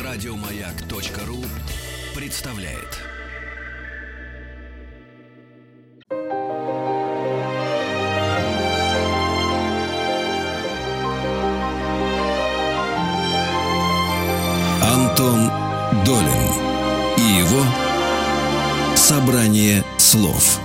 Радиомаяк.ру представляет. Антон Долин и его собрание слов.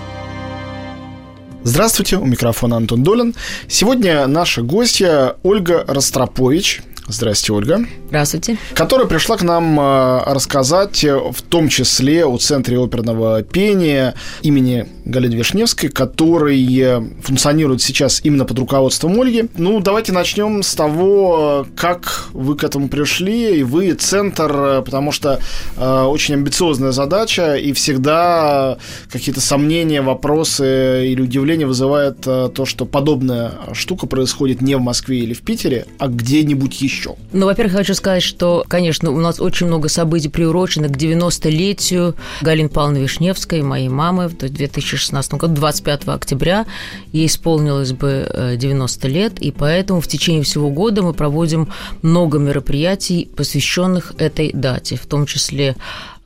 Здравствуйте, у микрофона Антон Долин. Сегодня наша гостья Ольга Ростропович. Здравствуйте, Ольга. Здравствуйте. Которая пришла к нам рассказать в том числе о Центре оперного пения имени Галины Вишневской, который функционирует сейчас именно под руководством Ольги. Ну, давайте начнем с того, как вы к этому пришли, и вы центр, потому что очень амбициозная задача, и всегда какие-то сомнения, вопросы или удивление вызывает то, что подобная штука происходит не в Москве или в Питере, а где-нибудь еще. Ну, во-первых, хочу сказать, что, конечно, у нас очень много событий приурочено к 90-летию Галины Павловны Вишневской, моей мамы, в 2016 году, 25 октября. Ей исполнилось бы 90 лет, и поэтому в течение всего года мы проводим много мероприятий, посвященных этой дате, в том числе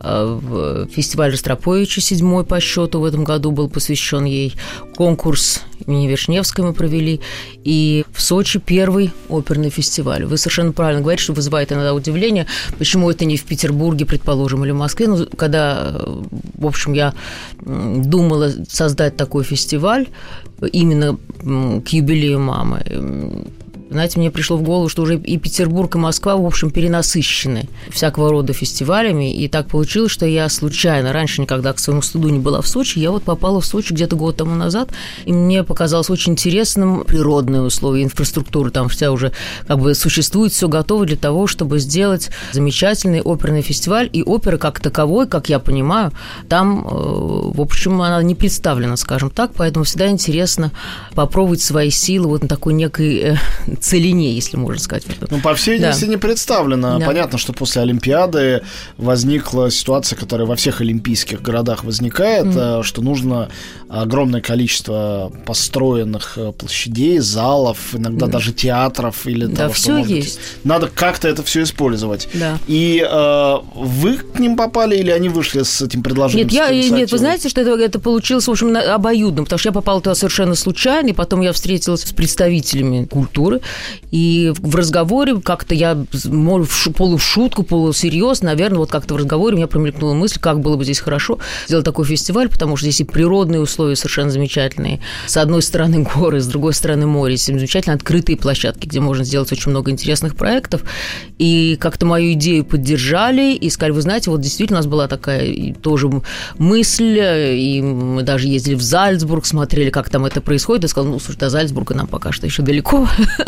фестиваль Ростроповича, 7-й по счету в этом году был посвящен ей. Конкурс имени Вишневской мы провели. И в Сочи 1-й оперный фестиваль. Вы совершенно правильно говорите, что вызывает иногда удивление, почему это не в Петербурге, предположим, или в Москве. Ну, когда, в общем, я думала создать такой фестиваль именно к юбилею мамы, знаете, мне пришло в голову, что уже и Петербург, и Москва, в общем, перенасыщены всякого рода фестивалями, и так получилось, что я случайно, раньше никогда к своему стыду не была в Сочи, я вот попала в Сочи где-то год тому назад, и мне показалось очень интересным природные условия, инфраструктура там вся уже как бы существует, все готово для того, чтобы сделать замечательный оперный фестиваль, и опера как таковой, как я понимаю, там, в общем, она не представлена, скажем так, поэтому всегда интересно попробовать свои силы вот на такой некой целине, если можно сказать. Ну, по всей видимости, не представлено. Да. Понятно, что после Олимпиады возникла ситуация, которая во всех олимпийских городах возникает, что нужно огромное количество построенных площадей, залов, иногда даже театров. Или да, того, все что, может есть. быть, надо как-то это все использовать. Да. И вы к ним попали, или они вышли с этим предложением? Нет, вы знаете, что это получилось, в общем, обоюдно, потому что я попала туда совершенно случайно, и потом я встретилась с представителями культуры, и в разговоре как-то я полушутку, полусерьезно, наверное, вот как-то в разговоре у меня промелькнула мысль, как было бы здесь хорошо сделать такой фестиваль, потому что здесь и природные условия совершенно замечательные. С одной стороны горы, с другой стороны море, замечательно открытые площадки, где можно сделать очень много интересных проектов. И как-то мою идею поддержали и сказали, вы знаете, вот действительно у нас была такая тоже мысль, и мы даже ездили в Зальцбург, смотрели, как там это происходит, и сказали, ну, слушай, до Зальцбурга нам пока что еще далеко,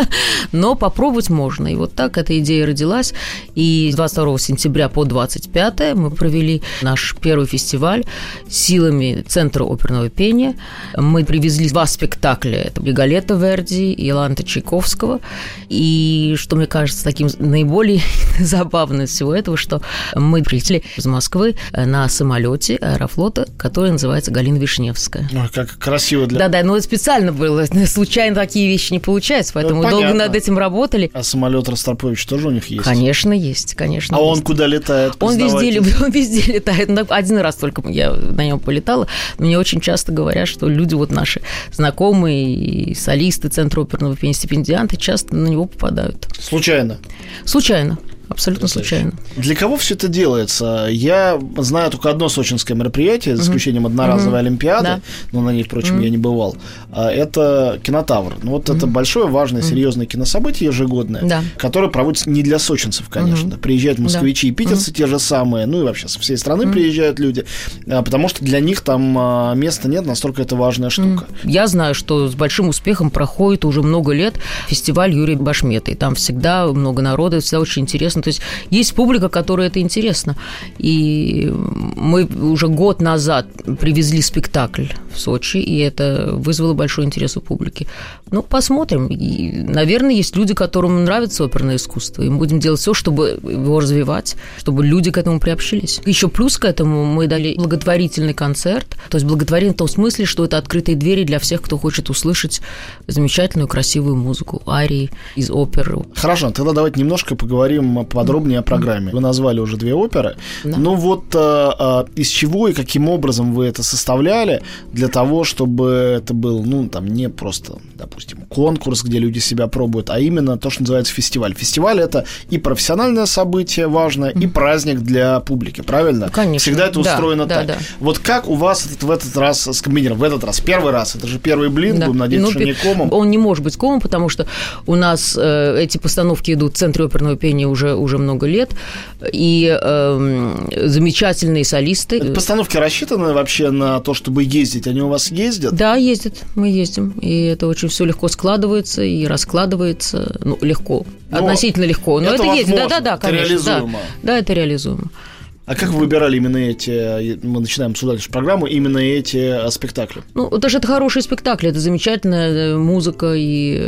но попробовать можно. И вот так эта идея родилась. И с 22 сентября по 25 мы провели наш первый фестиваль силами Центра оперного пения. Мы привезли 2 спектакля. Это «Риголетто» Верди и «Иоланта» Чайковского. И что мне кажется таким наиболее забавным из всего этого, что мы прилетели из Москвы на самолете Аэрофлота, который называется «Галина Вишневская». Ой, как красиво. Да-да, но это специально было. Случайно такие вещи не получаются, поэтому долго над этим работали. А самолет Ростропович тоже у них есть? Конечно, есть, конечно. А он куда летает? Он везде летает. Один раз только я на нем полетала. Мне очень часто говорят, что люди, вот наши знакомые, и солисты Центра оперного пения, стипендианты, часто на него попадают. Случайно? Случайно. Абсолютно случайно. Для кого все это делается? Я знаю только одно сочинское мероприятие, за исключением одноразовой Олимпиады, но на ней, впрочем, я не бывал. Это «Кинотавр». Ну, вот это большое, важное, серьезное кинособытие ежегодное, которое проводится не для сочинцев, конечно. Приезжают москвичи и питерцы те же самые, ну и вообще со всей страны приезжают люди, потому что для них там места нет, настолько это важная штука. Я знаю, что с большим успехом проходит уже много лет фестиваль Юрия Башмета, и там всегда много народа, всегда очень интересно. То есть публика, которой это интересно. И мы уже год назад привезли спектакль в Сочи, и это вызвало большой интерес у публики. Ну, посмотрим. И, наверное, есть люди, которым нравится оперное искусство, и мы будем делать все, чтобы его развивать, чтобы люди к этому приобщились. Еще плюс к этому мы дали благотворительный концерт, то есть благотворительный в том смысле, что это открытые двери для всех, кто хочет услышать замечательную, красивую музыку, арии из оперы. Хорошо, тогда давайте немножко поговорим поподробнее о программе. Вы назвали уже 2 оперы. Да. Ну вот из чего и каким образом вы это составляли для того, чтобы это был, ну, там, не просто, допустим, конкурс, где люди себя пробуют, а именно то, что называется фестиваль. Фестиваль — это и профессиональное событие важное, и праздник для публики, правильно? Конечно. Всегда это устроено так. Да. Вот как у вас в этот раз скомбинировано? В этот раз первый раз, это же первый блин, будем надеяться, что не комом. Он не может быть комом, потому что у нас эти постановки идут в Центре оперного пения уже много лет, и замечательные солисты. Это постановки рассчитаны вообще на то, чтобы ездить? Они у вас ездят? Да, ездят, мы ездим, и это очень все легко складывается и раскладывается, ну, легко, относительно легко, но это ездит, да, конечно. Это реализуемо. Да, это реализуемо. А как вы выбирали именно эти, мы начинаем обсуждать программу, именно эти спектакли? Ну, это же хорошие спектакли, это замечательная музыка, и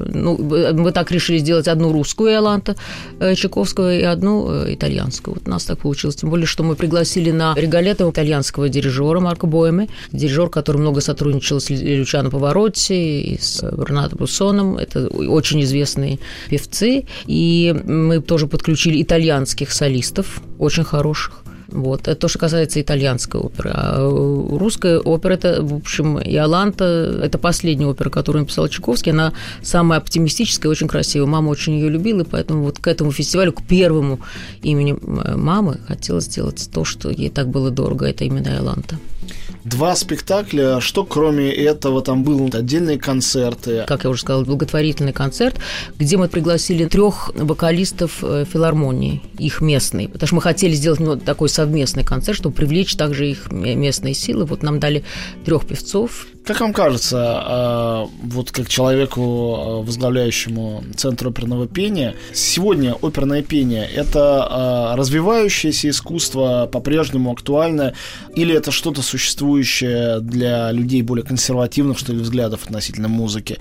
мы так решили сделать одну русскую Иоланта Чайковского и одну итальянскую. Вот у нас так получилось, тем более, что мы пригласили на Риголетто итальянского дирижера Марко Боэме, дирижер, который много сотрудничал с Лючано Паваротти и с Бернардо Буссоном, это очень известные певцы, и мы тоже подключили итальянских солистов, очень хороших. Вот. Это то, что касается итальянской оперы. А русская опера, это, в общем, Иоланта, это последняя опера, которую написал Чайковский, она самая оптимистическая, очень красивая. Мама очень ее любила, и поэтому вот к этому фестивалю, к первому имени мамы хотела сделать то, что ей так было дорого, это именно Иоланта. 2 спектакля, что кроме этого там было? Отдельные концерты? Как я уже сказала, благотворительный концерт, где мы пригласили 3 вокалистов филармонии, их местные, потому что мы хотели сделать такой совместный концерт, чтобы привлечь также их местные силы. Вот нам дали 3 певцов. Как вам кажется, вот как человеку, возглавляющему Центр оперного пения, сегодня оперное пение – это развивающееся искусство, по-прежнему актуальное, или это что-то существующее для людей более консервативных, что ли, взглядов относительно музыки,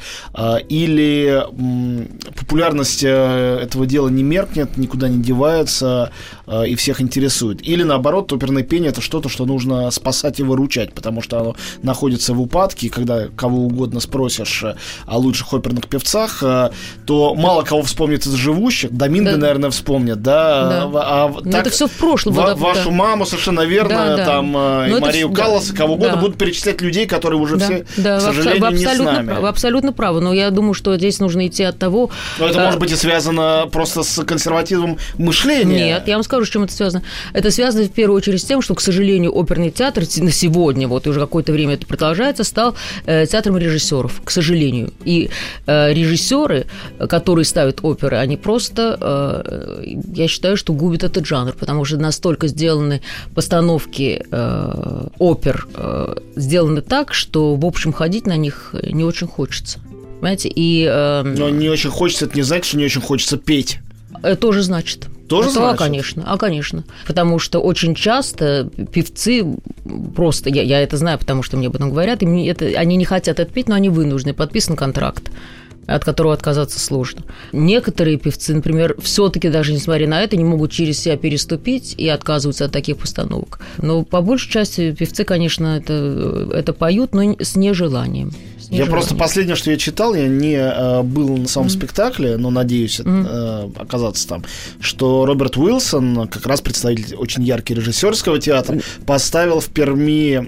или популярность этого дела не меркнет, никуда не девается и всех интересует, или наоборот, оперное пение – это что-то, что нужно спасать и выручать, потому что оно находится в упадке, и когда кого угодно спросишь о лучших оперных певцах, то мало кого вспомнит из живущих. Доминго, наверное, вспомнят, да? Так, это все в прошлом. Вашу маму, совершенно верно, там, и Марию Каллас, и кого угодно будут перечислять людей, которые уже все, к сожалению, не с нами. Вы абсолютно правы, но я думаю, что здесь нужно идти от того... Но это, может быть, и связано просто с консерватизмом мышления. Нет, я вам скажу, с чем это связано. Это связано в первую очередь с тем, что, к сожалению, оперный театр на сегодня, вот и уже какое-то время это продолжается, стал театром режиссеров, к сожалению. И режиссеры, которые ставят оперы, они просто, я считаю, что губят этот жанр, потому что настолько сделаны постановки опер, сделаны так, что, в общем, ходить на них не очень хочется. Понимаете? Но не очень хочется, это не значит, что не очень хочется петь. Это тоже значит. Тоже значит? Конечно. Потому что очень часто певцы просто, я это знаю, потому что мне об этом говорят, и они не хотят это петь, но они вынуждены, подписан контракт, от которого отказаться сложно. Некоторые певцы, например, все-таки даже несмотря на это, не могут через себя переступить и отказываются от таких постановок. Но по большей части певцы, конечно, это поют, но с нежеланием. Я просто последнее, что я читал, я не был на самом спектакле, но надеюсь оказаться там, что Роберт Уилсон, как раз представитель очень яркий режиссерского театра, поставил в Перми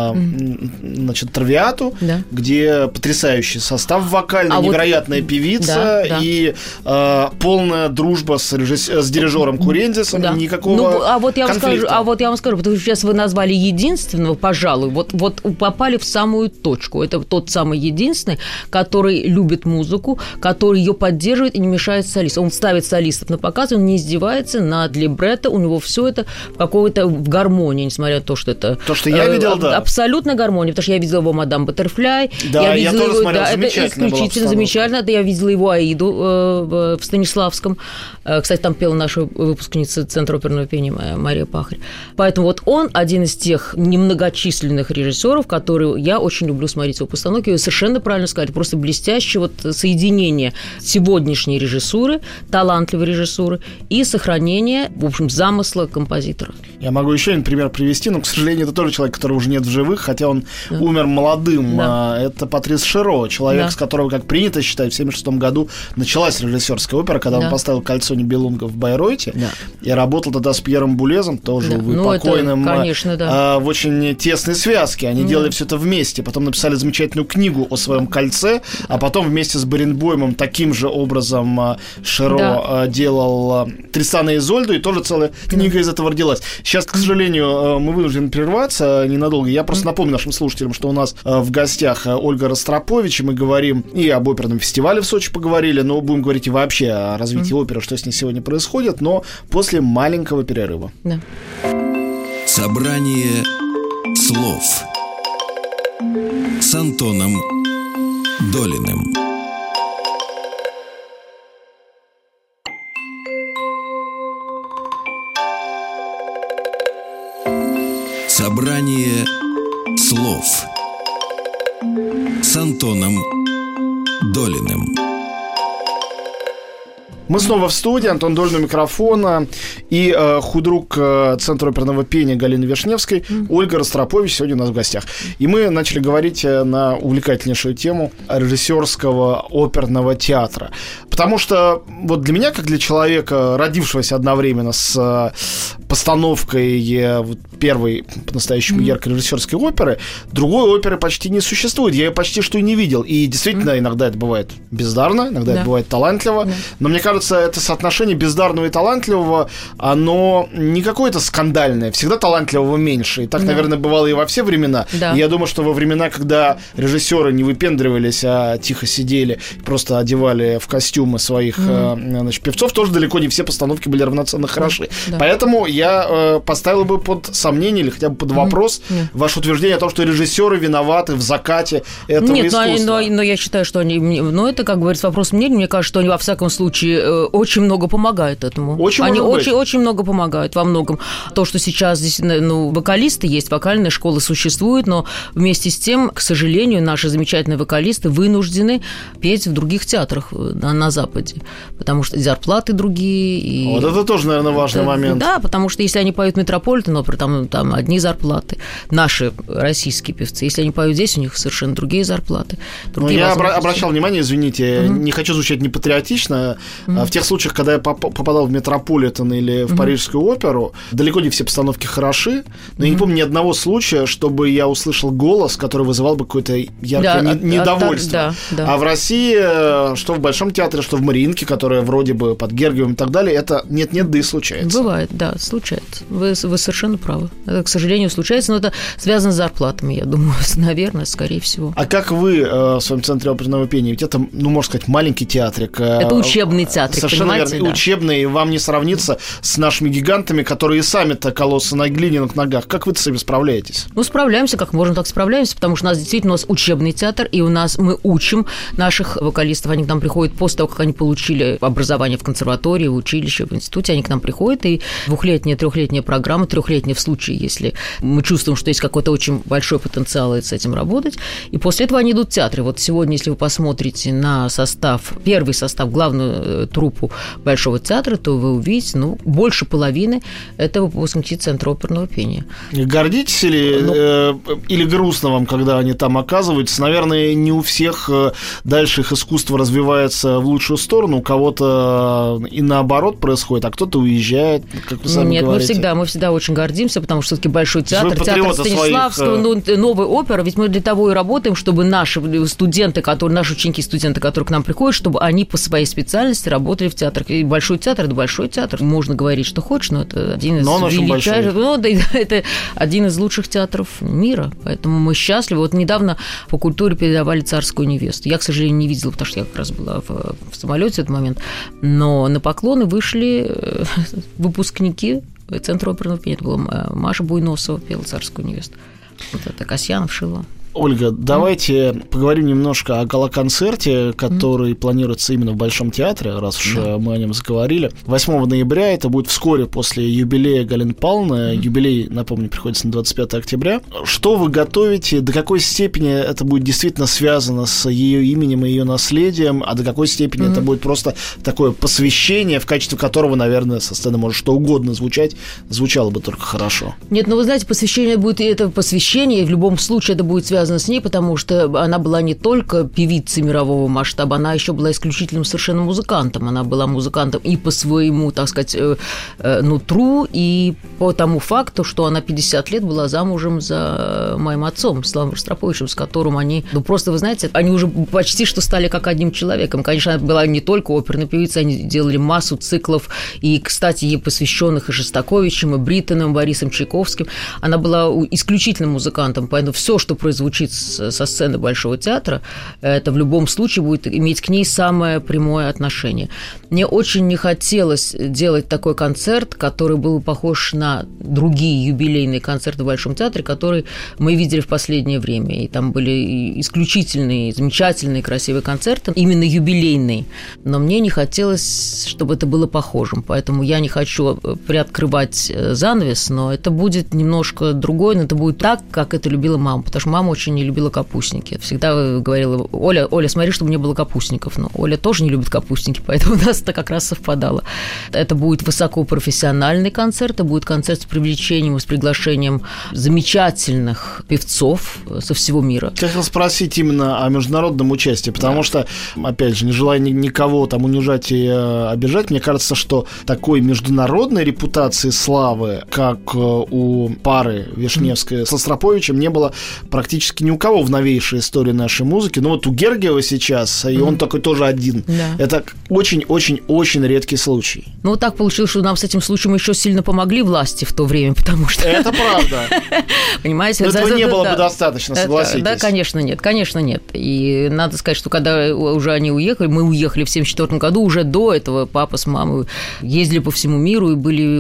Травиату, где потрясающий состав вокальный, невероятная певица и полная дружба с дирижером Курендисом, никакого конфликта. А вот я вам скажу, потому что сейчас вы назвали единственного, пожалуй, вот попали в самую точку. Это тот самый единственный, который любит музыку, который ее поддерживает и не мешает солистам. Он ставит солистов на показ, он не издевается над либретто, у него все это в гармонии, несмотря на то, что это... То, что я видел, абсолютно гармония, потому что я видела его «Мадам Баттерфляй». Да, я тоже смотрел, это исключительно замечательно. Я видела его «Аиду» в Станиславском. Кстати, там пела наша выпускница Центра оперного пения Мария Пахарь. Поэтому вот он один из тех немногочисленных режиссеров, которые я очень люблю смотреть его постановки. вы совершенно правильно сказали, просто блестящее вот соединение сегодняшней режиссуры, талантливой режиссуры и сохранение, в общем, замысла композитора. Я могу еще один пример привести, но, к сожалению, это тоже человек, который уже нет в живых, хотя он умер молодым. Да. Это Патрис Широ, человек, с которого, как принято считать, в 1976 году началась режиссерская опера, когда он поставил «Кольцо Нибелунга» в Байройте, и работал тогда с Пьером Булезом, тоже покойным, это, конечно, в очень тесной связке. Они делали все это вместе, потом написали замечательную книгу о своем кольце, а потом вместе с Баренбоймом таким же образом Широ делал «Тристана и Изольду», и тоже целая книга из этого родилась. Сейчас, к сожалению, мы вынуждены прерваться ненадолго. Я просто напомню нашим слушателям, что у нас в гостях Ольга Ростропович, и мы говорим и об оперном фестивале в Сочи поговорили, но будем говорить и вообще о развитии оперы, что с ней сегодня происходит, но после маленького перерыва. Да. Собрание слов с Антоном Долиным. Собрание слов с Антоном Долиным. Мы снова в студии, Антон Долин у микрофона и худрук Центра оперного пения Галины Вишневской, Ольга Ростропович сегодня у нас в гостях. И мы начали говорить на увлекательнейшую тему режиссерского оперного театра. Потому что вот для меня, как для человека, родившегося одновременно с постановкой первой по-настоящему яркой режиссерской оперы, другой оперы почти не существует. Я ее почти что и не видел. И действительно, иногда это бывает бездарно, иногда это бывает талантливо. Но мне кажется, это соотношение бездарного и талантливого, оно не какое-то скандальное. Всегда талантливого меньше. И так, наверное, бывало и во все времена. И я думаю, что во времена, когда режиссеры не выпендривались, а тихо сидели, просто одевали в костюмы своих певцов, тоже далеко не все постановки были равноценно хороши. Поэтому я поставил бы под сомнение или хотя бы под вопрос ваше утверждение о том, что режиссеры виноваты в закате этого искусства. Нет, но я считаю, что они... Но это, как говорится, вопрос мнения. Мне кажется, что они, во всяком случае, очень много помогают этому. Они очень много помогают во многом. То, что сейчас здесь вокалисты есть, вокальная школа существует, но вместе с тем, к сожалению, наши замечательные вокалисты вынуждены петь в других театрах на Западе, потому что зарплаты другие. И... Вот это тоже, наверное, важный момент. Да, потому что если они поют Метрополитен оперу, там одни зарплаты. Наши российские певцы, если они поют здесь, у них совершенно другие зарплаты. Я обращал внимание, извините, не хочу звучать непатриотично, в тех случаях, когда я попадал в Метрополитен или в Парижскую оперу, далеко не все постановки хороши, но я не помню ни одного случая, чтобы я услышал голос, который вызывал бы какое-то яркое недовольство. А в России, что в Большом театре, что в Мариинке, которая вроде бы под Гергиевым и так далее, это нет-нет, да и случается. Бывает, да, случается. Вы совершенно правы. Это, к сожалению, случается, но это связано с зарплатами, я думаю, наверное, скорее всего. А как вы в своем Центре оперного пения? Ведь это, можно сказать, маленький театрик. Это учебный театрик, совершенно верно. Да. Учебный, вам не сравнится с нашими гигантами, которые сами-то колоссы на глиняных ногах. Как вы с этим справляетесь? Справляемся, как можем, так справляемся, потому что у нас действительно учебный театр, и мы учим наших вокалистов. Они к нам приходят после того, как они получили образование в консерватории, в училище, в институте, они к нам приходят, и 2-летняя, 3-летняя программа, 3-летняя в случае, если мы чувствуем, что есть какой-то очень большой потенциал с этим работать, и после этого они идут в театры. Вот сегодня, если вы посмотрите на первый состав, главную труппу Большого театра, то вы увидите, больше половины – это выпускники Центра оперного пения. Гордитесь или грустно вам, когда они там оказываются? Наверное, не у всех дальше их искусство развивается в лучшую сторону, у кого-то и наоборот происходит, а кто-то уезжает, как вы сами говорите. Нет, мы всегда очень гордимся, потому что все-таки Большой театр, театр Станиславского, новая опера, ведь мы для того и работаем, чтобы наши студенты, наши ученики-студенты, которые к нам приходят, чтобы они по своей специальности работали в театрах. И Большой театр – это Большой театр. Можно говорить, что хочешь, но это один из величайших... это один из лучших театров мира. Поэтому мы счастливы. Вот недавно по культуре передавали «Царскую невесту». Я, к сожалению, не видела, потому что я как раз была в самолете в этот момент. Но на поклоны вышли выпускники Центра оперного пения. Это была Маша Буйносова, пела «Царскую невесту». Вот это Касьянов, Шило. Ольга, давайте поговорим немножко о гала-концерте, который планируется именно в Большом театре, раз уж мы о нем заговорили. 8 ноября, это будет вскоре после юбилея Галины Павловны. Юбилей, напомню, приходится на 25 октября. Что вы готовите? До какой степени это будет действительно связано с ее именем и ее наследием, а до какой степени это будет просто такое посвящение, в качестве которого, наверное, со сцены может что угодно звучать, звучало бы только хорошо? Нет, вы знаете, посвящение будет, и это посвящение, и в любом случае это будет связано с ней, потому что она была не только певицей мирового масштаба, она еще была исключительным совершенно музыкантом. Она была музыкантом и по своему, так сказать, нутру, и по тому факту, что она 50 лет была замужем за моим отцом, Славом Ростроповичем, с которым они, просто, вы знаете, они уже почти что стали как одним человеком. Конечно, она была не только оперной певицей, они делали массу циклов, и, кстати, ей посвященных и Шостаковичем, и Бриттоном, Борисом Чайковским. Она была исключительным музыкантом, поэтому все, что прозвучит со сцены Большого театра, это в любом случае будет иметь к ней самое прямое отношение. Мне очень не хотелось делать такой концерт, который был похож на другие юбилейные концерты в Большом театре, которые мы видели в последнее время. И там были исключительные, замечательные, красивые концерты, именно юбилейные. Но мне не хотелось, чтобы это было похожим. Поэтому я не хочу приоткрывать занавес, но это будет немножко другое, но это будет так, как это любила мама. Потому что мама очень не любила капустники. Всегда говорила: Оля, смотри, чтобы не было капустников. Но Оля тоже не любит капустники, поэтому у нас это как раз совпадало. Это будет высокопрофессиональный концерт, это будет концерт с привлечением и с приглашением замечательных певцов со всего мира. Я хотел спросить именно о международном участии, потому что, опять же, не желая никого там унижать и обижать, мне кажется, что такой международной репутации славы, как у пары Вишневской с Ростроповичем, не было практически ни у кого в новейшей истории нашей музыки. Ну вот у Гергиева сейчас, и он такой тоже один. Да. Это очень-очень-очень редкий случай. Ну вот так получилось, что нам с этим случаем еще сильно помогли власти в то время, потому что... Это правда. Понимаете? Но этого не было бы достаточно, согласитесь. Да, конечно, нет. И надо сказать, что когда уже они уехали, мы уехали в 1974 году, уже до этого папа с мамой ездили по всему миру и были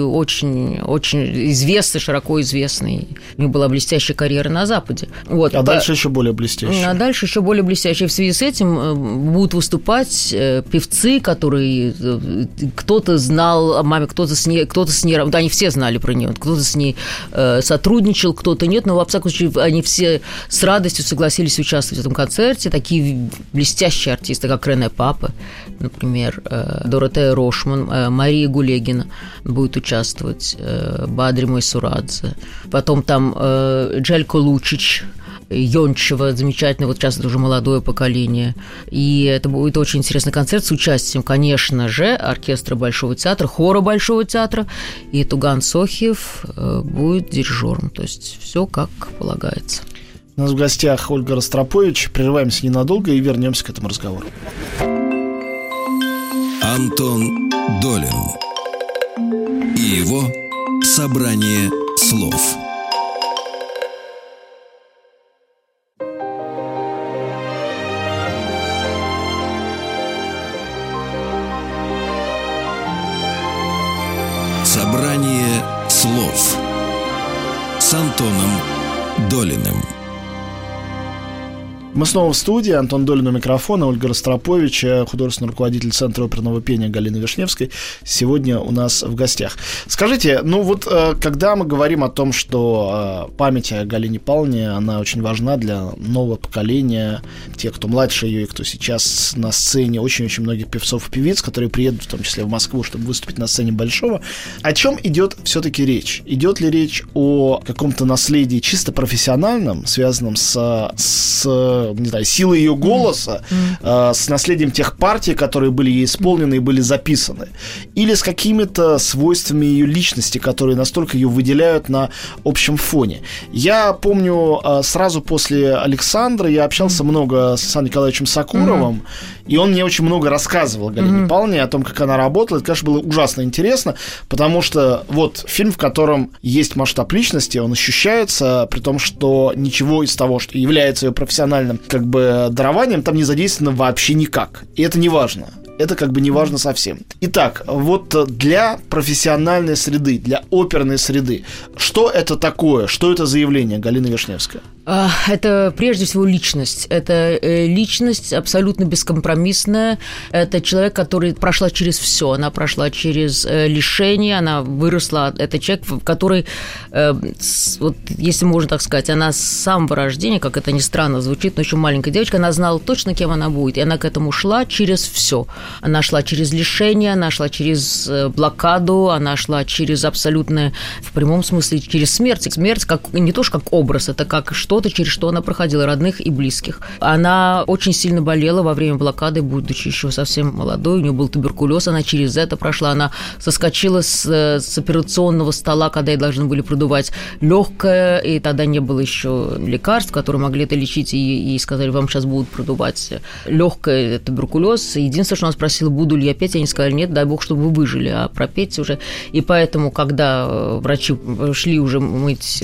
очень известны, широко известны. У них была блестящая карьера на Западе. Вот. А дальше еще более блестящая. А дальше еще более блестящая. В связи с этим будут выступать певцы, которые кто-то знал о маме, кто-то с ней, да, они все знали про нее, кто-то с ней сотрудничал, кто-то нет, но, во всяком случае, они все с радостью согласились участвовать в этом концерте. Такие блестящие артисты, как Рене Папе, например, Доротея Рошман, Мария Гулегина будет участвовать, Бадри Мойсурадзе. Потом там Джелько Лучич, Йончева, замечательный, вот сейчас это уже молодое поколение. И это будет очень интересный концерт с участием, конечно же, оркестра Большого театра, хора Большого театра, и Туган Сохиев будет дирижером. То есть все как полагается. У нас в гостях Ольга Ростропович. Прерываемся ненадолго и вернемся к этому разговору. Антон Долин и его собрание слов. Собрание слов с Антоном Долиным. Мы снова в студии. Антон Долин у микрофона, Ольга Ростропович, художественный руководитель Центра оперного пения Галины Вишневской, сегодня у нас в гостях. Скажите, ну вот когда мы говорим о том, что память о Галине Павловне, она очень важна для нового поколения, тех, кто младше ее и кто сейчас на сцене, очень-очень многих певцов и певиц, которые приедут в том числе в Москву, чтобы выступить на сцене Большого. О чем идет все-таки речь? Идет ли речь о каком-то наследии чисто профессиональном, связанном с не знаю, силой ее голоса, с наследием тех партий, которые были ей исполнены и были записаны, или с какими-то свойствами ее личности, которые настолько ее выделяют на общем фоне? Я помню, сразу после Александра я общался много с Александром Николаевичем Сакуровым, и он мне очень много рассказывал о Галине Павловне, о том, как она работала. Это, конечно, было ужасно интересно, потому что вот фильм, в котором есть масштаб личности, он ощущается, при том, что ничего из того, что является ее профессиональным как бы дарованием, там не задействовано вообще никак. И это не важно. Это как бы не важно совсем. Итак, вот для профессиональной среды, для оперной среды, что это такое? Что это за явление, Галина Вишневская? Это прежде всего личность. Это личность абсолютно бескомпромиссная. Это человек, который прошла через все. Она прошла через лишение, она выросла. Это человек, который, вот, если можно так сказать, она с самого рождения, как это ни странно звучит, но еще маленькая девочка, она знала точно, кем она будет. И она к этому шла через все. Она шла через лишение, она шла через блокаду, она шла через абсолютно, в прямом смысле, через смерть. Смерть как, не то, что как образ, это как что-то, через что она проходила, родных и близких. Она очень сильно болела во время блокады, будучи еще совсем молодой, у нее был туберкулез, она через это прошла, она соскочила с операционного стола, когда ей должны были продувать легкое, и тогда не было еще лекарств, которые могли это лечить, и сказали, вам сейчас будут продувать легкое, туберкулез. Единственное, что она спросила, буду ли я петь, они сказали, нет, дай бог, чтобы вы выжили, а пропеть уже. И поэтому, когда врачи шли уже мыть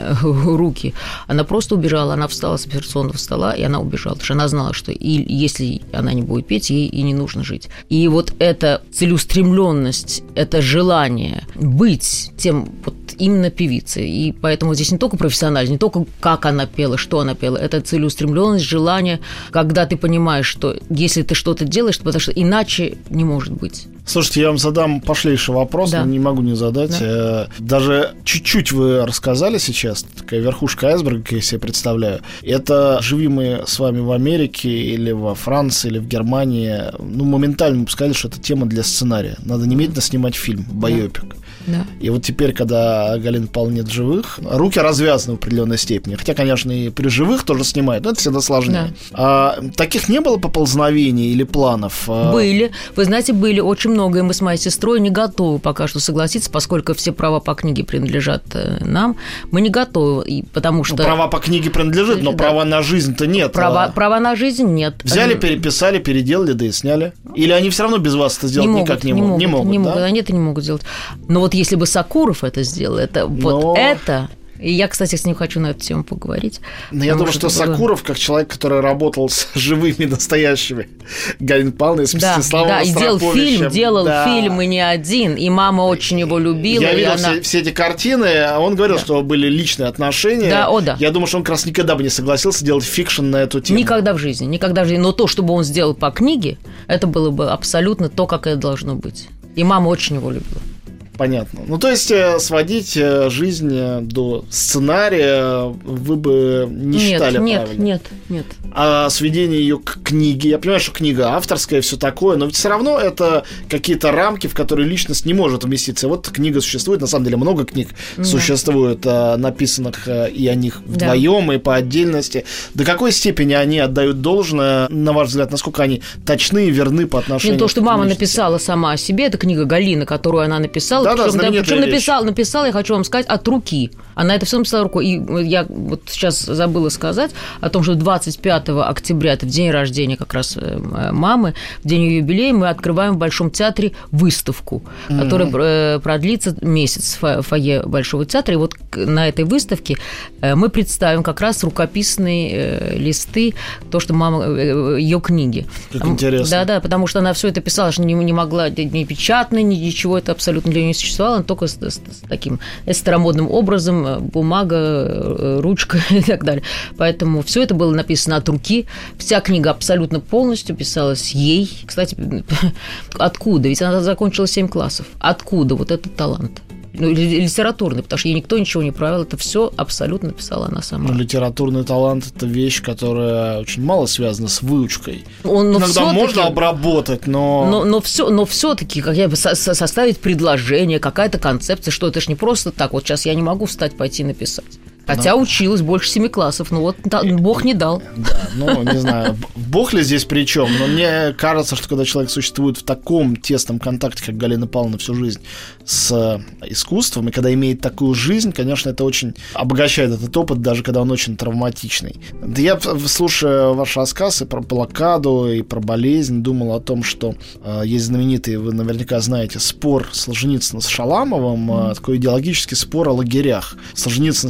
руки, она просто убежала, она встала с операционного стола, и она убежала, потому что она знала, что если она не будет петь, ей и не нужно жить. И вот эта целеустремленность, это желание быть тем вот именно певицей, и поэтому здесь не только профессионально, не только как она пела, что она пела, это целеустремленность, желание, когда ты понимаешь, что если ты что-то делаешь, потому что иначе не может быть. Слушайте, я вам задам пошлейший вопрос, да. но не могу не задать. Да. Даже чуть-чуть вы рассказали сейчас, такая верхушка айсберга, я себе представляю. Это живи мы с вами в Америке или во Франции, или в Германии, моментально мы бы сказали, что это тема для сценария. Надо немедленно снимать фильм, байопик. Да. И вот теперь, когда Галина Павловна нет в живых, руки развязаны в определенной степени. Хотя, конечно, и при живых тоже снимают, но это всегда сложнее. Да. Таких не было поползновений или планов? Были. Вы знаете, были очень много. И мы с моей сестрой не готовы пока что согласиться, поскольку все права по книге принадлежат нам. Мы не готовы, потому что... Права по книге принадлежат, но права на жизнь-то нет. Права на жизнь нет. Взяли, переписали, переделали, да и сняли. Или они все равно без вас это сделать никак не могут? Не могут, да? Они это не могут сделать. Но вот если бы Сакуров это сделал, это... И я, кстати, с ним хочу на эту тему поговорить. Но я думаю, что Сакуров, как человек, который работал с живыми, настоящими Галиной Павловной, с Мстиславом Ростроповичем. Делал фильм, и не один, и мама очень его любила. Я видел все эти картины, а он говорил, что были личные отношения. Да. Я думаю, что он как раз никогда бы не согласился делать фикшн на эту тему. Никогда в жизни. Но то, чтобы он сделал по книге, это было бы абсолютно то, как это должно быть. И мама очень его любила. Понятно. То есть сводить жизнь до сценария вы бы не считали правильным? Нет. А сведение ее к книге, я понимаю, что книга авторская и все такое, но ведь все равно это какие-то рамки, в которые личность не может уместиться. Вот книга существует, на самом деле много книг существует, написанных и о них вдвоем, и по отдельности. До какой степени они отдают должное, на ваш взгляд, насколько они точны и верны по отношению к то, что мама написала сама о себе, это книга Галины, которую она написала. Причем написала, я хочу вам сказать, от руки. Она это все написала рукой. И я вот сейчас забыла сказать о том, что 25 октября, это в день рождения как раз мамы, в день ее юбилея, мы открываем в Большом театре выставку, которая продлится месяц в фойе Большого театра. И вот на этой выставке мы представим как раз рукописные листы, то, что мама, ее книги. Как интересно. Да, потому что она все это писала, что не могла ни печатно, ничего, это абсолютно для нее не существовало, она только с таким старомодным образом, бумага, ручка и так далее. Поэтому все это было написано от руки. Вся книга абсолютно полностью писалась ей. Кстати, откуда? Ведь она закончила 7 классов. Откуда вот этот талант? Литературный, потому что ей никто ничего не правил, это все абсолютно писала она сама. Литературный талант – это вещь, которая очень мало связана с выучкой. Иногда можно обработать, но все-таки как составить предложение, какая-то концепция, что это ж не просто так, вот сейчас я не могу встать, пойти написать. Хотя училась больше 7 классов, Бог не дал. Да, не знаю, Бог ли здесь при чем, но мне кажется, что когда человек существует в таком тесном контакте, как Галина Павловна всю жизнь, с искусством, и когда имеет такую жизнь, конечно, это очень обогащает этот опыт, даже когда он очень травматичный. Да я, слушая ваш рассказ и про блокаду, и про болезнь, думал о том, что есть знаменитый, вы наверняка знаете, спор Солженицына с Шаламовым, такой идеологический спор о лагерях. Солженицын считал,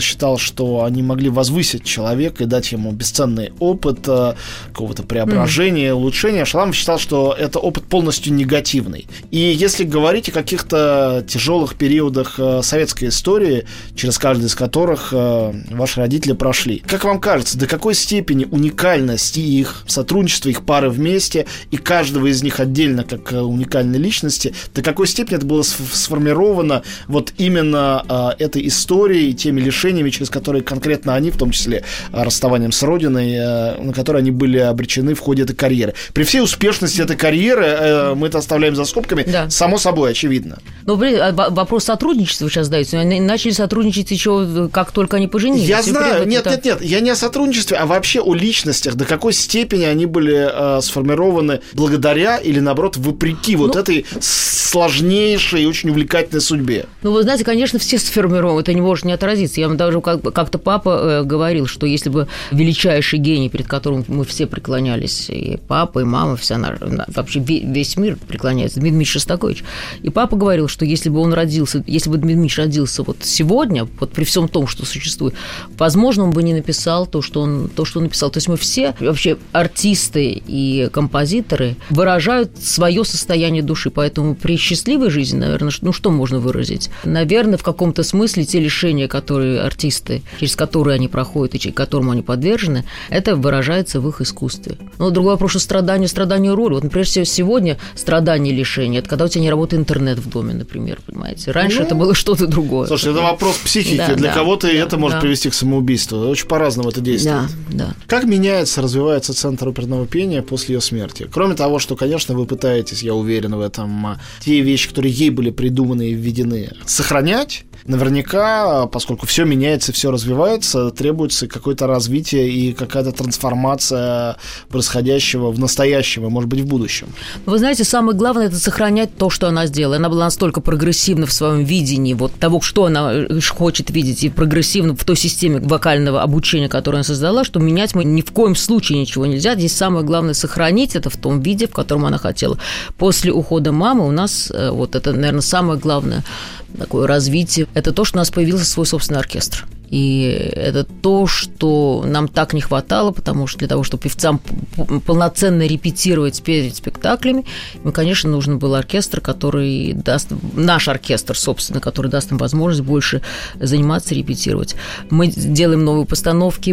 что они могли возвысить человека и дать ему бесценный опыт какого-то преображения, улучшения. Шаламов считал, что это опыт полностью негативный. И если говорить о каких-то тяжелых периодах советской истории, через каждый из которых ваши родители прошли, как вам кажется, до какой степени уникальность их сотрудничества, их пары вместе и каждого из них отдельно как уникальной личности, до какой степени это было сформировано вот именно этой историей, теми лишениями, через которые конкретно они, в том числе расставанием с родиной, на которые они были обречены в ходе этой карьеры. При всей успешности этой карьеры, мы это оставляем за скобками, да. Само собой, очевидно. Но вопрос сотрудничества сейчас дается. Они начали сотрудничать еще как только они поженились. Я знаю, нет, я не о сотрудничестве, а вообще о личностях, до какой степени они были сформированы благодаря или, наоборот, вопреки вот этой сложнейшей и очень увлекательной судьбе. Ну, вы знаете, конечно, все сформированы, это не может не отразиться. Я вам даже как-то папа говорил, что если бы величайший гений, перед которым мы все преклонялись, и папа, и мама, вообще весь мир преклоняется, Дмитрий Шостакович. И папа говорил, что если бы Дмитрий родился вот сегодня, вот при всем том, что существует, возможно, он бы не написал то, что он написал. То есть мы все, вообще артисты и композиторы, выражают свое состояние души. Поэтому при счастливой жизни, наверное, что можно выразить? Наверное, в каком-то смысле те лишения, которые артисты, через которые они проходят и которым они подвержены, это выражается в их искусстве. Но другой вопрос, что страдание роль. Вот, например, сегодня страдание и лишение – это когда у тебя не работает интернет в доме, например, понимаете? Раньше это было что-то другое. Слушай, это вопрос психики. Для кого-то это может привести к самоубийству. Очень по-разному это действует. Да. Как меняется, развивается Центр оперного пения после ее смерти? Кроме того, что, конечно, вы пытаетесь, я уверен в этом, те вещи, которые ей были придуманы и введены, сохранять. Наверняка, поскольку все меняется, все развивается, требуется какое-то развитие и какая-то трансформация происходящего в настоящем и, может быть, в будущем. Вы знаете, самое главное – это сохранять то, что она сделала. Она была настолько прогрессивна в своем видении вот того, что она хочет видеть, и прогрессивна в той системе вокального обучения, которую она создала, что менять мы ни в коем случае ничего нельзя. Здесь самое главное – сохранить это в том виде, в котором она хотела. После ухода мамы у нас, вот это, наверное, самое главное такое развитие, это то, что у нас появился свой собственный оркестр. И это то, что нам так не хватало, потому что для того, чтобы певцам полноценно репетировать перед спектаклями, им, конечно, нужен был оркестр, который даст, наш оркестр, собственно, который даст им возможность больше заниматься, репетировать. Мы делаем новые постановки,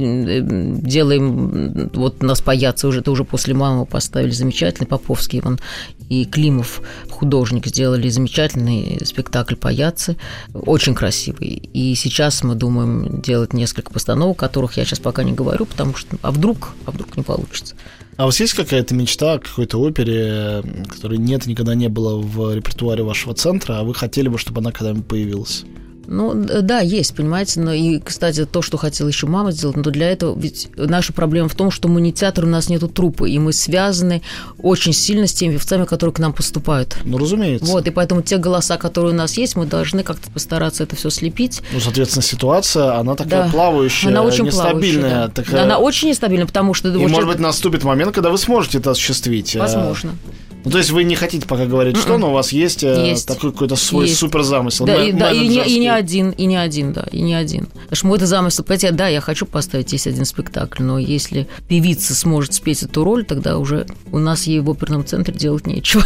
мы делаем, вот нас «Паяцы» уже, это уже после мамы поставили замечательный, Поповский Иван и Климов, художник, сделали замечательный спектакль «Паяцы», очень красивый. И сейчас мы думаем делать несколько постановок, о которых я сейчас пока не говорю, потому что а вдруг не получится. А у вас есть какая-то мечта о какой-то опере, которой никогда не было в репертуаре вашего центра, а вы хотели бы, чтобы она когда-нибудь появилась? Ну, да, есть, понимаете, но и, кстати, то, что хотела еще мама сделать, но для этого, ведь наша проблема в том, что мы не театр, у нас нету труппы, и мы связаны очень сильно с теми певцами, которые к нам поступают. Ну, разумеется. Вот, и поэтому те голоса, которые у нас есть, мы должны как-то постараться это все слепить. Ну, соответственно, ситуация, она такая плавающая, она очень нестабильная. Плавающая, да. Она очень нестабильная, потому что... И, может быть, наступит момент, когда вы сможете это осуществить. Возможно. Ну, то есть вы не хотите пока говорить, что, но у вас есть такой какой-то свой суперзамысел. Да, и не один. Потому что мой это замысел, понимаете, да, я хочу поставить здесь один спектакль, но если певица сможет спеть эту роль, тогда уже у нас ей в оперном центре делать нечего.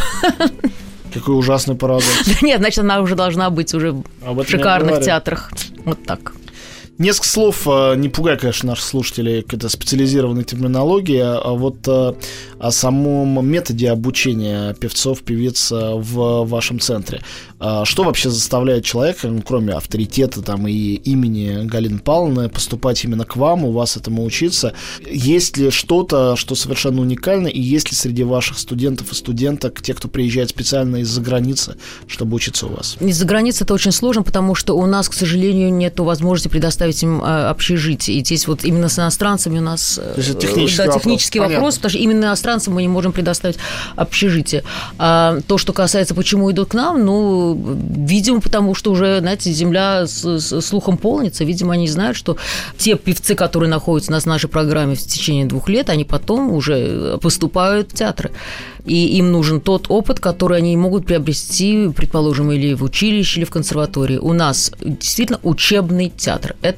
Какой ужасный парадокс. Нет, значит, она уже должна быть уже в шикарных театрах. Вот так. Несколько слов, не пугай, конечно, наших слушателей какой-то специализированной терминологии, а вот о самом методе обучения певцов, певиц в вашем центре. Что вообще заставляет человека, кроме авторитета там, и имени Галины Павловны, поступать именно к вам, у вас этому учиться? Есть ли что-то, что совершенно уникально, и есть ли среди ваших студентов и студенток те, кто приезжает специально из-за границы, чтобы учиться у вас? Из-за границы это очень сложно, потому что у нас, к сожалению, нет возможности предоставить им общежитие. И здесь вот именно с иностанцами у нас... То есть это технический вопрос, потому что именно иностранцам мы не можем предоставить общежитие. А то, что касается, почему идут к нам, ну, видимо, потому что уже, знаете, земля с слухом полнится. Видимо, они знают, что те певцы, которые находятся на нашей программе в течение 2 лет, они потом уже поступают в театры. И им нужен тот опыт, который они могут приобрести, предположим, или в училище, или в консерватории. У нас действительно учебный театр. Это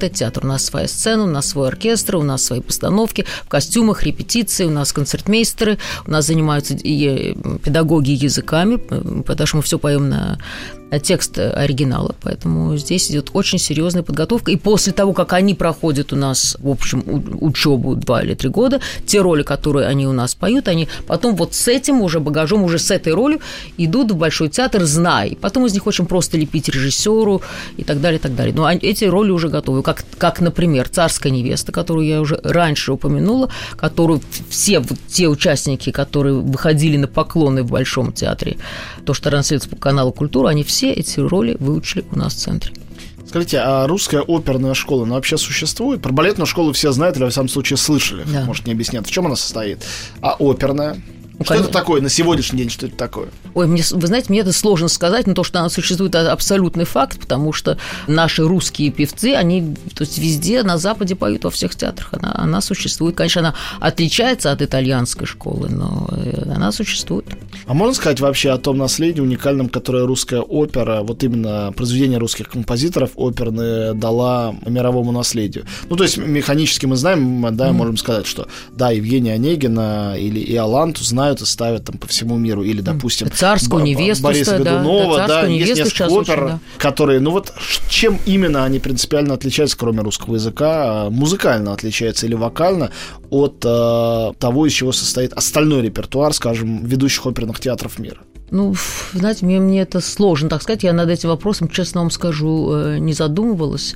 это театр. У нас своя сцена, у нас свой оркестр, у нас свои постановки в костюмах, репетиции, у нас концертмейстеры, у нас занимаются и педагоги языками, потому что мы все поем на текст оригинала, поэтому здесь идет очень серьезная подготовка. И после того, как они проходят у нас, в общем, учебу 2 или 3 года, те роли, которые они у нас поют, они потом вот с этим уже багажом, уже с этой ролью идут в Большой театр, зная. И потом из них очень просто лепить режиссеру и так далее, и так далее. Но эти роли уже готовы. Как, например, «Царская невеста», которую я уже раньше упомянула, которую все те участники, которые выходили на поклоны в Большом театре, то, что транслируется по каналу «Культура», они все эти роли выучили у нас в центре. Скажите, а русская оперная школа, она вообще существует? Про балетную школу все знают или, во всяком случае, слышали. Да. Может, не объяснят, в чем она состоит. А оперная? Что это такое на сегодняшний день? Что это такое? Ой, вы знаете, мне это сложно сказать, но то, что она существует, это абсолютный факт, потому что наши русские певцы, они то есть везде на Западе поют, во всех театрах. Она существует. Конечно, она отличается от итальянской школы, но она существует. А можно сказать вообще о том наследии уникальном, которое русская опера, вот именно произведение русских композиторов оперные дала мировому наследию? Ну, то есть механически мы знаем, да, можем сказать, что да, Евгения Онегина или Иоланту знают и ставят там по всему миру, или, допустим, «Царскую невесту», Бориса Годунова, да, есть несколько опер, очень, да. которые, ну вот, чем именно они принципиально отличаются, кроме русского языка, музыкально отличаются или вокально от того, из чего состоит остальной репертуар, скажем, ведущих оперных театров мира? Ну, знаете, мне это сложно так сказать. Я над этим вопросом, честно вам скажу, не задумывалась,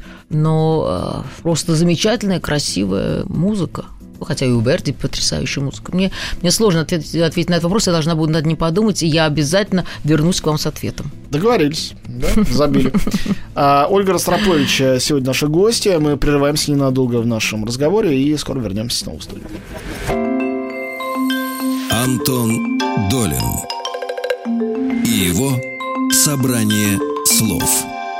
но просто замечательная, красивая музыка. Хотя и у Верди потрясающая музыка. Мне сложно ответить на этот вопрос, я должна буду над ним подумать, и я обязательно вернусь к вам с ответом. Договорились, да? Забили. Ольга Ростропович сегодня наша гостья. Мы прерываемся ненадолго в нашем разговоре и скоро вернемся снова в студию. Антон Долин и его собрание слов.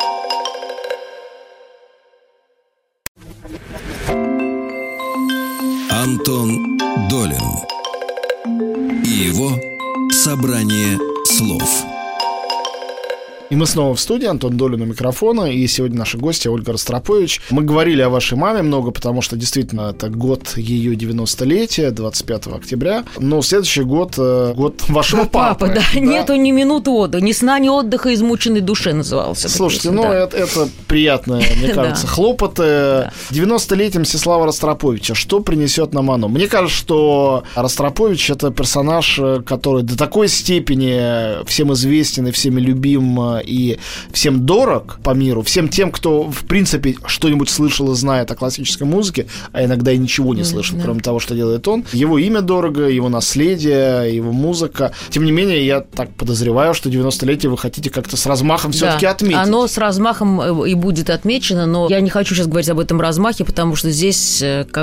Антон Долин и его собрание слов. И мы снова в студии, Антон Долин у микрофона, и сегодня наша гостья Ольга Ростропович. Мы говорили о вашей маме много, потому что действительно это год ее 90-летия, 25 октября, но следующий год вашего папы. Да. Нету ни минуты отдыха, ни сна, ни отдыха измученной душе назывался. Слушайте, это приятно, мне кажется, хлопоты. 90-летие Мстислава Ростроповича, что принесет нам оно? Мне кажется, что Ростропович — это персонаж, который до такой степени всем известен и всеми любим, и всем дорог по миру, всем тем, кто, в принципе, что-нибудь слышал и знает о классической музыке, а иногда и ничего не слышал, кроме того, что делает он. Его имя дорого, его наследие, его музыка. Тем не менее, я так подозреваю, что 90-летие вы хотите как-то с размахом все-таки отметить. Оно с размахом и будет отмечено, но я не хочу сейчас говорить об этом размахе, потому что здесь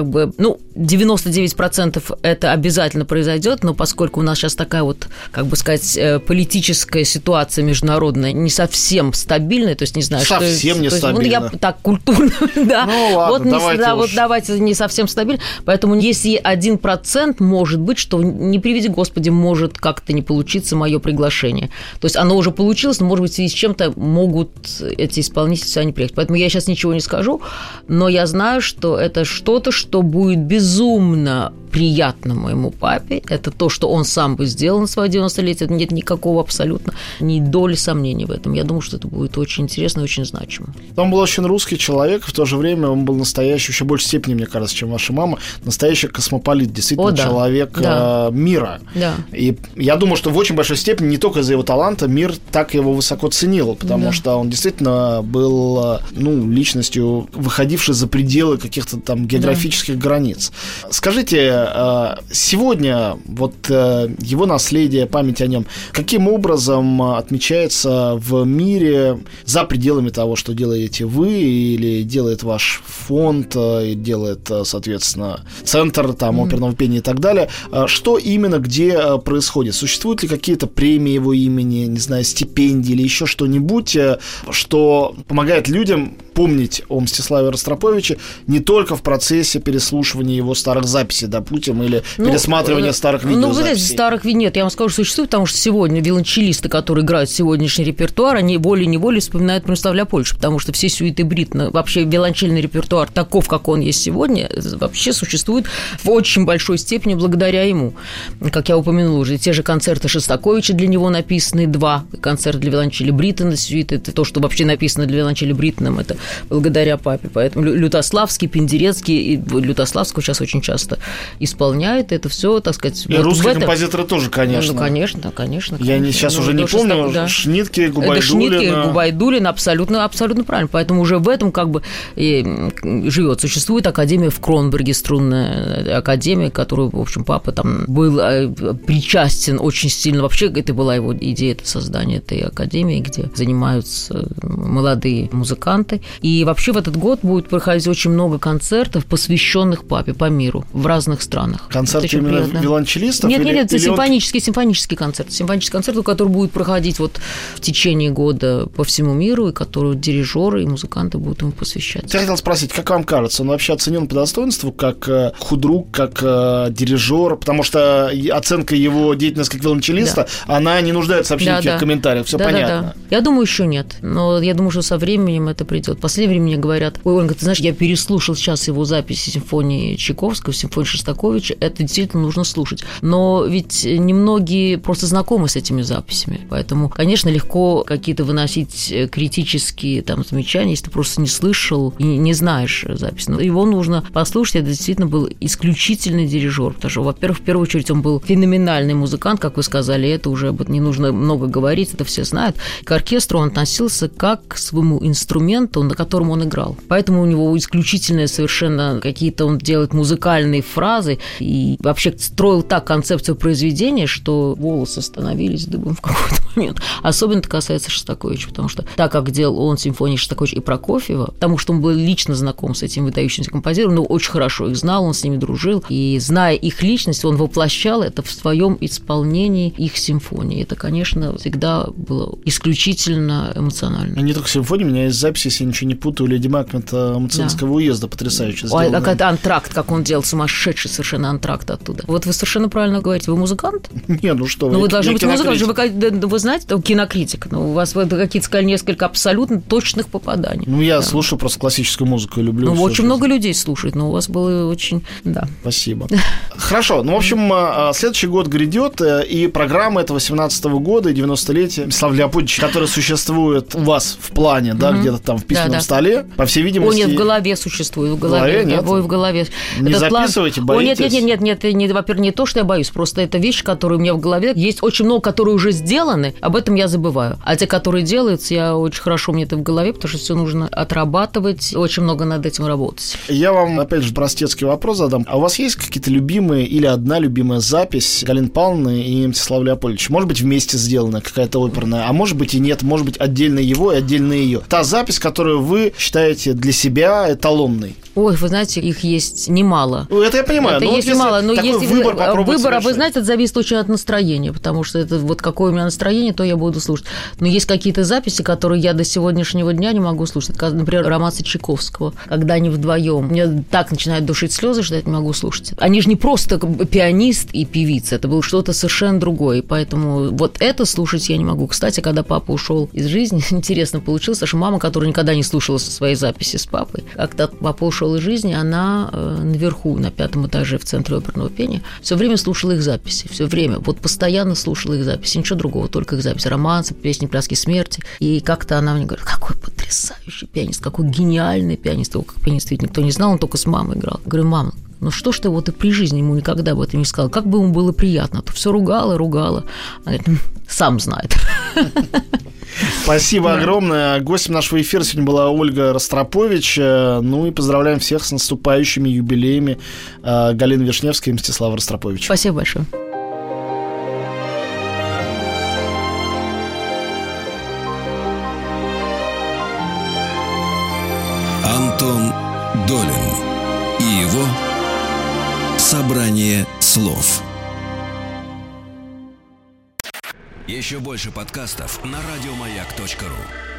99% это обязательно произойдет, но поскольку у нас сейчас такая вот, политическая ситуация международная, не совсем стабильная, то есть не знаю, совсем нестабильно. Я так культурно, да. Ну ладно, давайте не совсем стабильно. Поэтому если 1% может быть, что не приведи Господи, может как-то не получиться мое приглашение. То есть оно уже получилось, но, может быть, в связи с чем-то могут эти исполнители сюда не приехать. Поэтому я сейчас ничего не скажу, но я знаю, что это что-то, что будет безумно приятно моему папе. Это то, что он сам бы сделал на свое 90-летие. Нет никакого абсолютно ни доли сомнений в этом. Я думаю, что это будет очень интересно и очень значимо. Он был очень русский человек, в то же время он был настоящий, еще в большей степени, мне кажется, чем ваша мама, настоящий космополит, действительно человек мира. Да. И я думаю, что в очень большой степени, не только из-за его таланта, мир так его высоко ценил, потому что он действительно был личностью, выходившей за пределы каких-то там географических границ. Скажите, сегодня его наследие, память о нем, каким образом отмечается в мире за пределами того, что делаете вы или делает ваш фонд, и делает, соответственно, центр оперного пения и так далее? Что именно, где происходит? Существуют ли какие-то премии его имени, не знаю, стипендии или еще что-нибудь, что помогает людям помнить о Мстиславе Ростроповиче не только в процессе переслушивания его старых записей, допустим, распутием или пересматривание старых видеозаписей? Ну, вы знаете, старых нет, я вам скажу, существует, потому что сегодня виолончелисты, которые играют сегодняшний репертуар, они волей-неволей вспоминают Мирослава Леопольдовича, потому что все сюиты Бриттона, вообще виолончельный репертуар таков, как он есть сегодня, вообще существует в очень большой степени благодаря ему. Как я упомянула уже, те же концерты Шостаковича для него написаны, 2 концерта для виолончели Бриттона, сюиты, это то, что вообще написано для виолончели Бриттоном, это благодаря папе. Поэтому Лютославский, Пендерецкий, и Лютославского сейчас очень часто исполняет, это все, так сказать... И вот русские композиторы тоже, конечно. Ну, конечно. Я сейчас уже не помню, да. Шнитке, Губайдулин. Это Шнитке, Губайдулин, абсолютно правильно. Поэтому уже в этом как бы живет. Существует академия в Кронберге, струнная академия, которую, в общем, папа там был причастен очень сильно. Вообще, это была его идея, это создание этой академии, где занимаются молодые музыканты. И вообще в этот год будет проходить очень много концертов, посвященных папе по миру в разных странах. Концерты именно виолончелистов? Нет, это симфонический концерт. Симфонический концерт, который будет проходить вот в течение года по всему миру, и который дирижеры и музыканты будут ему посвящать. Я хотел спросить, как вам кажется, он вообще оценен по достоинству как худрук, как дирижер, потому что оценка его деятельности как виолончелиста, она не нуждается вообще в никаких комментариях, все понятно. Я думаю, еще нет, но я думаю, что со временем это придет. В последнее время мне говорят: ой, Ольга, ты знаешь, я переслушал сейчас его записи симфонии Чайковского, симфонии Шостаковича, это действительно нужно слушать. Но ведь немногие просто знакомы с этими записями, поэтому, конечно, легко какие-то выносить критические там замечания, если ты просто не слышал и не знаешь запись. Но его нужно послушать, это действительно был исключительный дирижер, потому что, во-первых, в первую очередь он был феноменальный музыкант, как вы сказали, это уже не нужно много говорить, это все знают. К оркестру он относился как к своему инструменту, на котором он играл. Поэтому у него исключительные совершенно какие-то, он делает музыкальные фразы и вообще строил так концепцию произведения, что волосы становились дыбом в какой-то момент. Особенно это касается Шостаковича, потому что так как делал он симфонии Шостаковича и Прокофьева, потому что он был лично знаком с этими выдающимися композиторами, но очень хорошо их знал, он с ними дружил, и зная их личность, он воплощал это в своем исполнении их симфонии. Это, конечно, всегда было исключительно эмоционально. Не только симфония, у меня есть запись, если я ничего не путаю, Леди Макбета Мценского уезда, потрясающе сделано. Это антракт, как он делал, сумасшедший совершенно антракт оттуда. Вот вы совершенно правильно говорите, вы музыкант? Не, ну что вы. Ну вы должны быть музыкантом, вы знаете, кинокритик, но у вас какие-то, сказали, несколько абсолютно точных попаданий. Ну я слушаю просто классическую музыку и люблю. Ну очень много людей слушает, но у вас было очень, да. Спасибо. Хорошо, ну в общем, следующий год грядет, и программа этого 18-го года, 90-летия Мирослава Леопольдовича, которая существует у вас в плане, да, где-то там в письменном столе, по всей видимости... О, нет, в голове существует, в голове. Нет? В голове. Не записывайте, боитесь? Нет, во-первых, не то, что я боюсь, просто это вещь, которая у меня в голове. Есть очень много, которые уже сделаны, об этом я забываю. А те, которые делаются, я очень хорошо, мне это в голове, потому что все нужно отрабатывать, очень много над этим работать. Я вам, опять же, простецкий вопрос задам. А у вас есть какие-то любимые или одна любимая запись Галины Павловны и Мстислава Леопольдовича? Может быть, вместе сделана какая-то оперная, а может быть и нет, может быть, отдельно его и отдельно ее. Та запись, которую вы считаете для себя эталонной. Ой, вы знаете, их есть немало. Ну, это я понимаю. Это есть немало, но если выбор, вы знаете, это зависит очень от настроения, потому что это вот какое у меня настроение, то я буду слушать. Но есть какие-то записи, которые я до сегодняшнего дня не могу слушать. Например, романсы Чайковского, когда они вдвоем. Мне так начинают душить слезы, что я не могу слушать. Они же не просто пианист и певица, это было что-то совершенно другое. И поэтому вот это слушать я не могу. Кстати, когда папа ушел из жизни, интересно получилось, потому что мама, которая никогда не слушала свои записи с папой, когда папа ушел из жизни, она наверху, на 5-м этаже в Центре оперного пения, все время слушала их записи, все время, вот постоянно слушала их записи, ничего другого, только их записи, романсы, песни, пляски смерти. И как-то она мне говорит: какой потрясающий пианист, какой гениальный пианист. Его как пианист ведь никто не знал, он только с мамой играл. Говорю: мама, ну что ж ты вот и при жизни ему никогда об этом не сказал, как бы ему было приятно, а то все ругала. Она говорит: сам знает. Спасибо огромное. Гостем нашего эфира сегодня была Ольга Ростропович. Ну и поздравляем всех с наступающими юбилеями Галины Вишневской и Мстислава Ростроповича. Спасибо большое. Антон Долин и его собрание слов. Еще больше подкастов на радиомаяк.ру.